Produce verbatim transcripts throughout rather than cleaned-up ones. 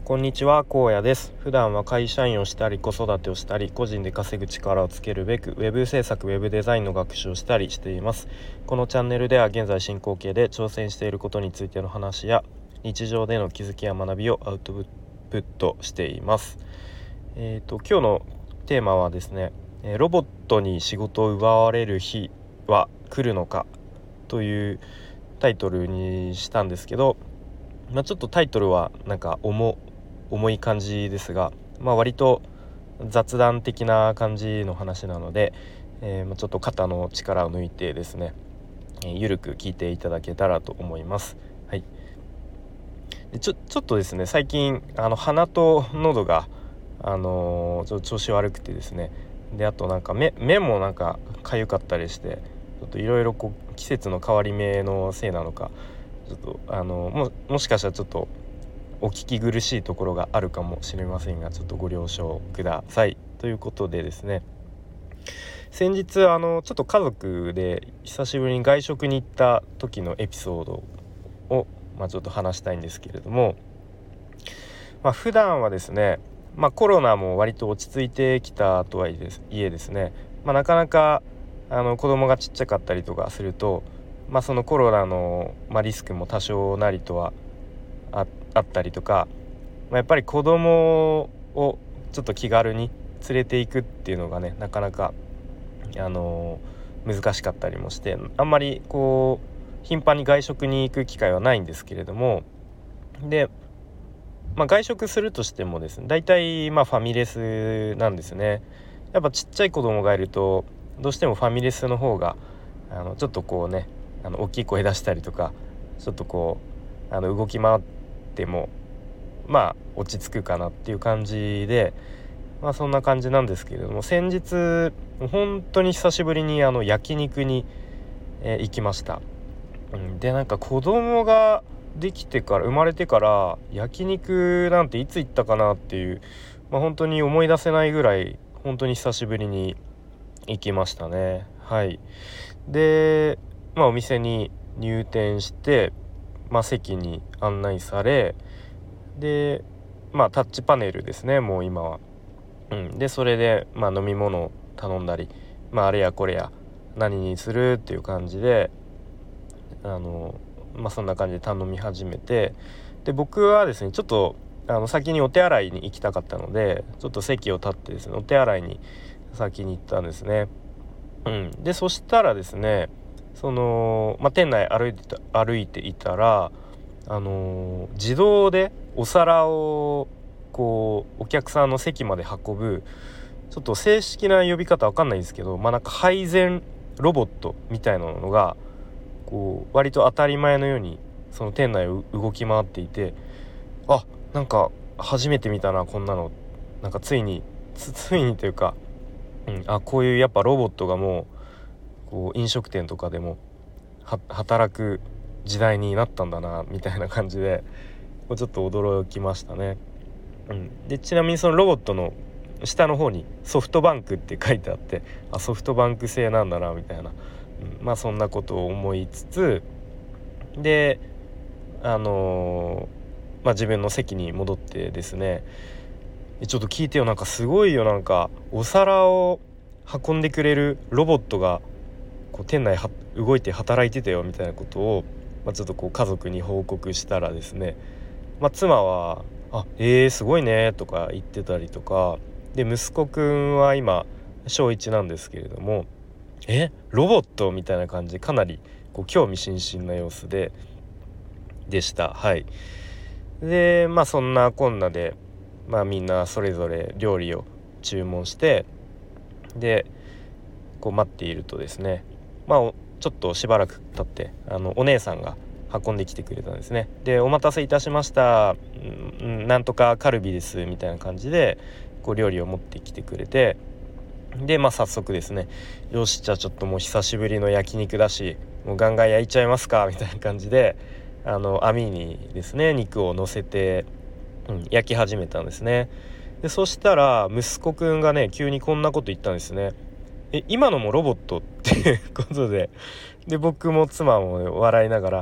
こんにちは、荒野です。普段は会社員をしたり子育てをしたり個人で稼ぐ力をつけるべくウェブ制作、ウェブデザインの学習をしたりしています。このチャンネルでは現在進行形で挑戦していることについての話や日常での気づきや学びをアウトプットしています。えーと、今日のテーマはですね、ロボットに仕事を奪われる日は来るのかというタイトルにしたんですけど、まあ、ちょっとタイトルはなんか重重い感じですが、まあ、割と雑談的な感じの話なので、えー、ちょっと肩の力を抜いてですね、えー、ゆるく聞いていただけたらと思います。はい、でちょ、ちょっとですね最近あの鼻と喉が、あのー、ちょっと調子悪くてですね、であとなんか 目, 目もなんか痒かったりして、ちょっといろいろ季節の変わり目のせいなのか、ちょっとあの も, もしかしたらちょっとお聞き苦しいところがあるかもしれませんが、ちょっとご了承くださいということでですね、先日あのちょっと家族で久しぶりに外食に行った時のエピソードを、まあ、ちょっと話したいんですけれども、まあ、普段はですね、まあ、コロナも割と落ち着いてきたとはいえですね、まあ、なかなかあの子供がちっちゃかったりとかすると、まあ、そのコロナの、まあ、リスクも多少なりとはああったりとか、まあ、やっぱり子供をちょっと気軽に連れていくっていうのがね、なかなか、あのー、難しかったりもして、あんまりこう頻繁に外食に行く機会はないんですけれども、で、まあ、外食するとしてもですね、大体まあファミレスなんですね。やっぱちっちゃい子供がいるとどうしてもファミレスの方があのちょっとこうね、あの大きい声出したりとか、ちょっとこうあの動き回ってもまあ落ち着くかなっていう感じで、まあそんな感じなんですけれども、先日本当に久しぶりにあの焼肉に、えー行きました。うん、でなんか子供ができてから生まれてから焼肉なんていつ行ったかなっていう、まあ、本当に思い出せないぐらい本当に久しぶりに行きましたね。はい。で、まあ、お店に入店して、まあ、席に案内され、でまあタッチパネルですね、もう今は。うん、でそれで、まあ、飲み物を頼んだり、まあ、あれやこれや何にするっていう感じで、あのまあそんな感じで頼み始めて、で僕はですねちょっとあの先にお手洗いに行きたかったので、ちょっと席を立ってですねお手洗いに先に行ったんですね。うん、でそしたらですね、その、まあ、店内歩いてた歩いていたら、あのー自動でお皿をこうお客さんの席まで運ぶ、ちょっと正式な呼び方わかんないんですけど、まあなんか配膳ロボットみたいなのがこう割と当たり前のようにその店内を動き回っていて、あ、なんか初めて見たなこんなの、なんかついにつ、ついにというか、うん、あ、こういうやっぱロボットがもうこう飲食店とかでもは働く時代になったんだなみたいな感じで、ちょっと驚きましたね。うん、でちなみにそのロボットの下の方にソフトバンクって書いてあって、あ、ソフトバンク製なんだなみたいな、うん、まあそんなことを思いつつ、であのーまあ、自分の席に戻ってですね、ちょっと聞いてよ、なんかすごいよ、なんかお皿を運んでくれるロボットがこう店内は動いて働いてたよみたいなことを、まあ、ちょっとこう家族に報告したらですね、まあ、妻はあ、えー、すごいねとか言ってたりとかで、息子くんは今しょういちなんですけれども、えロボットみたいな感じでかなりこう興味津々な様子ででした。はい。でまあそんなこんなで、まあみんなそれぞれ料理を注文して、でこう待っているとですね、まあちょっとしばらく経ってあのお姉さんが運んできてくれたんですね。でお待たせいたしました、うん、なんとかカルビですみたいな感じでこう料理を持ってきてくれて、でまあ早速ですね、よしじゃあちょっともう久しぶりの焼肉だしもうガンガン焼いちゃいますかみたいな感じで、あの網にですね肉を乗せて、うん、焼き始めたんですね。でそしたら息子くんがね急にこんなこと言ったんですね。え今のもロボットっていうことで、で僕も妻も、ね、笑いながら、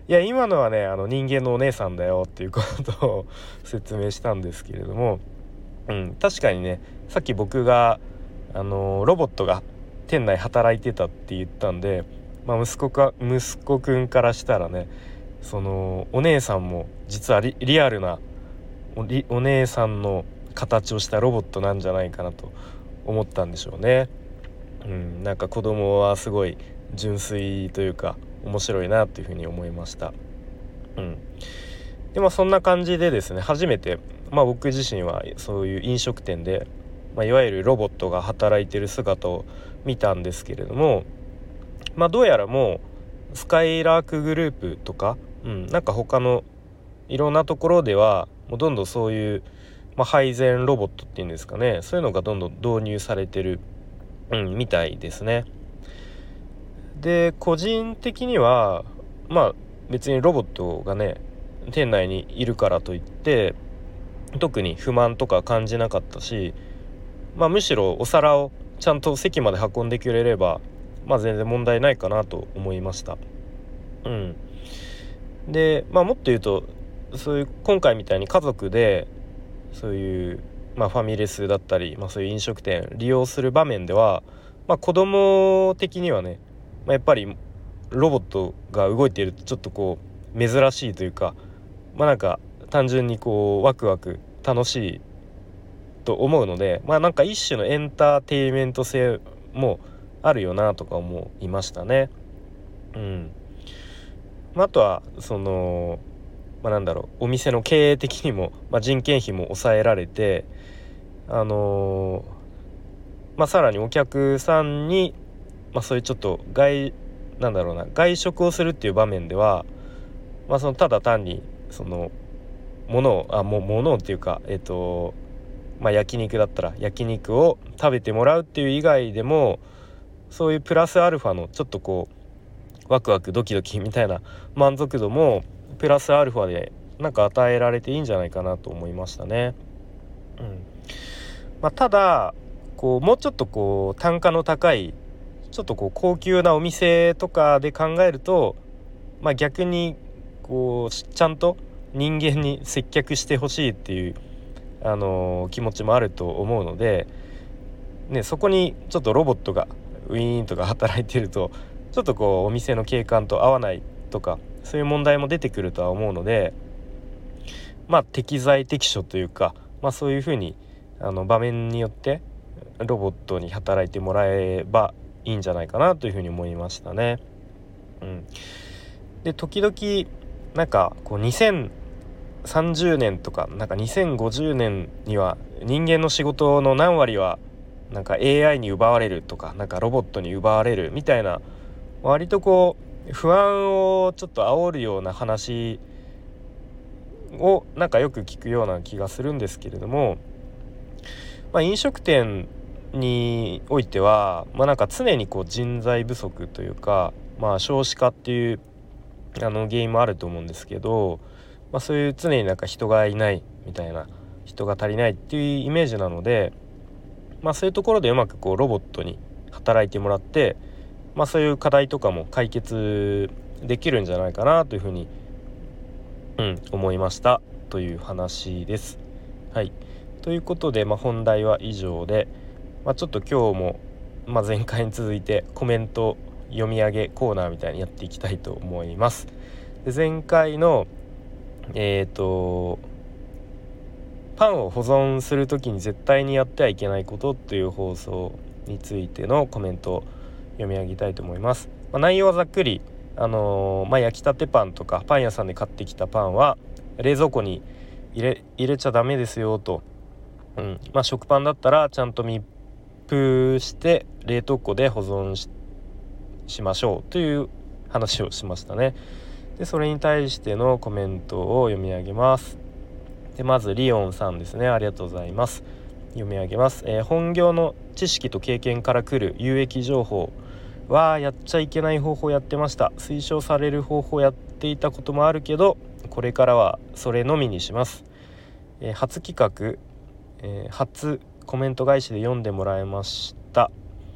いや今のはねあの人間のお姉さんだよっていうことを説明したんですけれども、うん、確かにねさっき僕があのロボットが店内働いてたって言ったんで、まあ、息子か息子くんからしたらねそのお姉さんも実は リ, リアルな お, お姉さんの形をしたロボットなんじゃないかなと思ったんでしょうね。うん、なんか子供はすごい純粋というか面白いなというふうに思いました。うん、でまあそんな感じでですね初めて、まあ、僕自身はそういう飲食店で、まあ、いわゆるロボットが働いてる姿を見たんですけれども、まあどうやらもうスカイラークグループとか、うん、なんか他のいろんなところではもうどんどんそういう、まあ、配膳ロボットっていうんですかね、そういうのがどんどん導入されてる、うん、みたいですね。で個人的にはまあ別にロボットがね店内にいるからといって特に不満とか感じなかったし、まあむしろお皿をちゃんと席まで運んでくれればまあ全然問題ないかなと思いました。うん。でまあもっと言うとそういう今回みたいに家族でそういう、まあ、ファミレスだったり、まあ、そういう飲食店利用する場面では、まあ、子供的にはね、まあ、やっぱりロボットが動いているとちょっとこう珍しいというか、まあなんか単純にこうワクワク楽しいと思うので、まあなんか一種のエンターテインメント性もあるよなとか思いましたね。うん。まあ、あとはそのまあ、なんだろうお店の経営的にも、まあ、人件費も抑えられて、あのーまあ、さらにお客さんに、まあ、そういうちょっと外なんだろうな外食をするっていう場面では、まあ、そのただ単にその物をあもう物をっていうか、えっとまあ、焼肉だったら焼肉を食べてもらうっていう以外でもそういうプラスアルファのちょっとこうワクワクドキドキみたいな満足度もプラスアルファでなんか与えられていいんじゃないかなと思いましたね。うんまあ、ただこうもうちょっとこう単価の高いちょっとこう高級なお店とかで考えると、まあ、逆にこうちゃんと人間に接客してほしいっていう、あのー気持ちもあると思うので、ね、そこにちょっとロボットがウィーンとか働いてるとちょっとこうお店の景観と合わないとかそういう問題も出てくるとは思うので、まあ適材適所というか、まあ、そういうふうにあの場面によってロボットに働いてもらえばいいんじゃないかなというふうに思いましたね。うん、で時々なんかこうにせんさんじゅうねんとかなんかにせんごじゅうねんには人間の仕事の何割はなんか エーアイ に奪われるとかなんかロボットに奪われるみたいな割とこう不安をちょっと煽るような話をなんかよく聞くような気がするんですけれども、まあ、飲食店においては、まあ、なんか常にこう人材不足というか、まあ、少子化っていうあの原因もあると思うんですけど、まあ、そういう常になんか人がいないみたいな人が足りないっていうイメージなので、まあ、そういうところでうまくこうロボットに働いてもらって、まあ、そういう課題とかも解決できるんじゃないかなというふうに、うん、思いましたという話です。はい、ということで、まあ、本題は以上で、まあ、ちょっと今日も、まあ、前回に続いてコメント読み上げコーナーみたいにやっていきたいと思います。で前回のえっとパンを保存するときに絶対にやってはいけないことという放送についてのコメントを読み上げたいと思います。まあ、内容はざっくり、あのーまあ、焼きたてパンとかパン屋さんで買ってきたパンは冷蔵庫に入れ、入れちゃダメですよと、うんまあ、食パンだったらちゃんと密封して冷凍庫で保存 し, しましょうという話をしましたね。でそれに対してのコメントを読み上げます。でまずリオンさんですね、ありがとうございます。読み上げます、えー、本業の知識と経験から来る有益情報はやっちゃいけない方法やってました。推奨される方法やっていたこともあるけどこれからはそれのみにします。えー、初企画、えー、初コメント返しで読んでもらいました。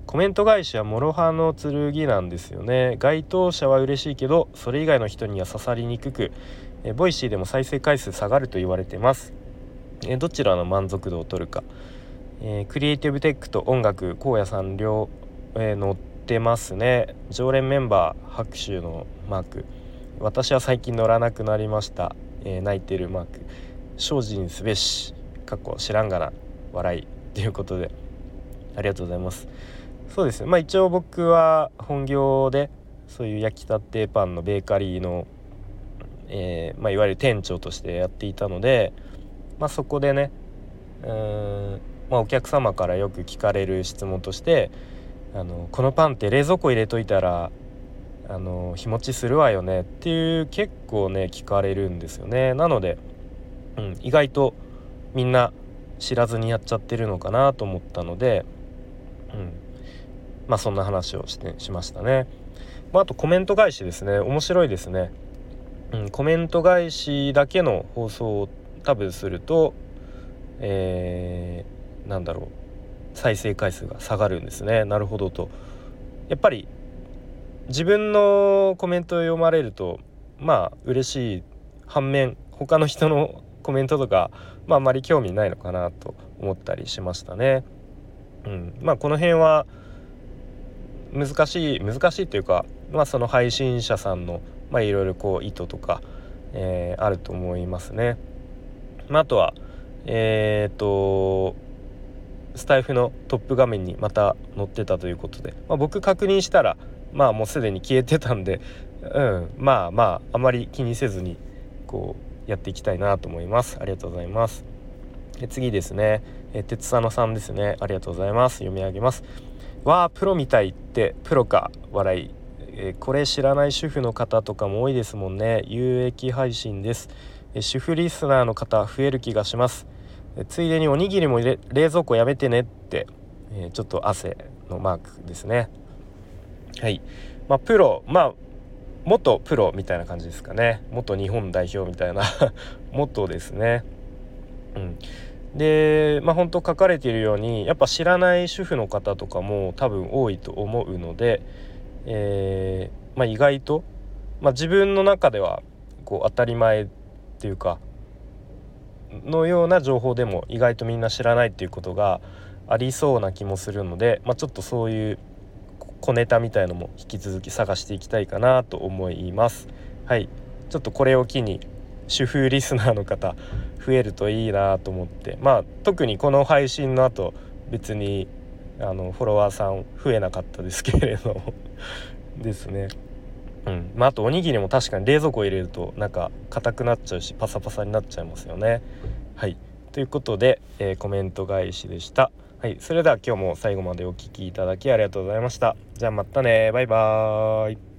コメント返しは諸刃の剣なんですよね。該当者は嬉しいけどそれ以外の人には刺さりにくく、えボイシーでも再生回数下がると言われています。えどちらの満足度を取るか、えー、クリエイティブテックと音楽荒野さん両、えー、載ってますね。常連メンバー拍手のマーク、私は最近乗らなくなりました、えー、泣いてるマーク、精進すべしかっこ知らんがな笑いということでありがとうございます。そうですね、まあ一応僕は本業でそういう焼きたてパンのベーカリーの、えーまあ、いわゆる店長としてやっていたので、まあ、そこでねうーん、まあ、お客様からよく聞かれる質問としてあのこのパンって冷蔵庫入れといたらあの日持ちするわよねっていう結構ね聞かれるんですよね。なので、うん、意外とみんな知らずにやっちゃってるのかなと思ったので、うん、まあそんな話をしてしましたね。まあ、あとコメント返しですね。面白いですね、うん、コメント返しだけの放送をタブすると、えー、なんだろう再生回数が下がるんですね。なるほどと。やっぱり自分のコメントを読まれるとまあ嬉しい反面他の人のコメントとか、まあ、あまり興味ないのかなと思ったりしましたね。うん、まあこの辺は難しい難しいというか、まあ、その配信者さんのまあいろいろこう意図とか、えー、あると思いますね。まあ、あとはえー、っとスタイフのトップ画面にまた載ってたということで、まあ、僕確認したらまあもうすでに消えてたんで、うん、まあまああまり気にせずにこうやっていきたいなと思います。ありがとうございます。で次ですね、え鉄佐野さんですね。ありがとうございます。読み上げます。わあプロみたいってプロか笑い、えー、これ知らない主婦の方とかも多いですもんね。有益配信です。え主婦リスナーの方増える気がします。えついでにおにぎりも冷蔵庫やめてねって、えー、ちょっと汗のマークですね。はい、まあプロまあ元プロみたいな感じですかね。元日本代表みたいな元ですね。うんでまあ本当書かれているようにやっぱ知らない主婦の方とかも多分多いと思うので、えーまあ、意外と、まあ、自分の中ではこう当たり前っていうかのような情報でも意外とみんな知らないっていうことがありそうな気もするので、まあ、ちょっとそういう小ネタみたいのも引き続き探していきたいかなと思います。はい、ちょっとこれを機に主婦リスナーの方増えるといいなと思って、まあ特にこの配信の後別にあのフォロワーさん増えなかったですけれどもですね。うんまあ、あとおにぎりも確かに冷蔵庫入れるとなんか硬くなっちゃうしパサパサになっちゃいますよね。はいということで、えー、コメント返しでした。はい、それでは今日も最後までお聞きいただきありがとうございました。じゃあまたね、バイバーイ。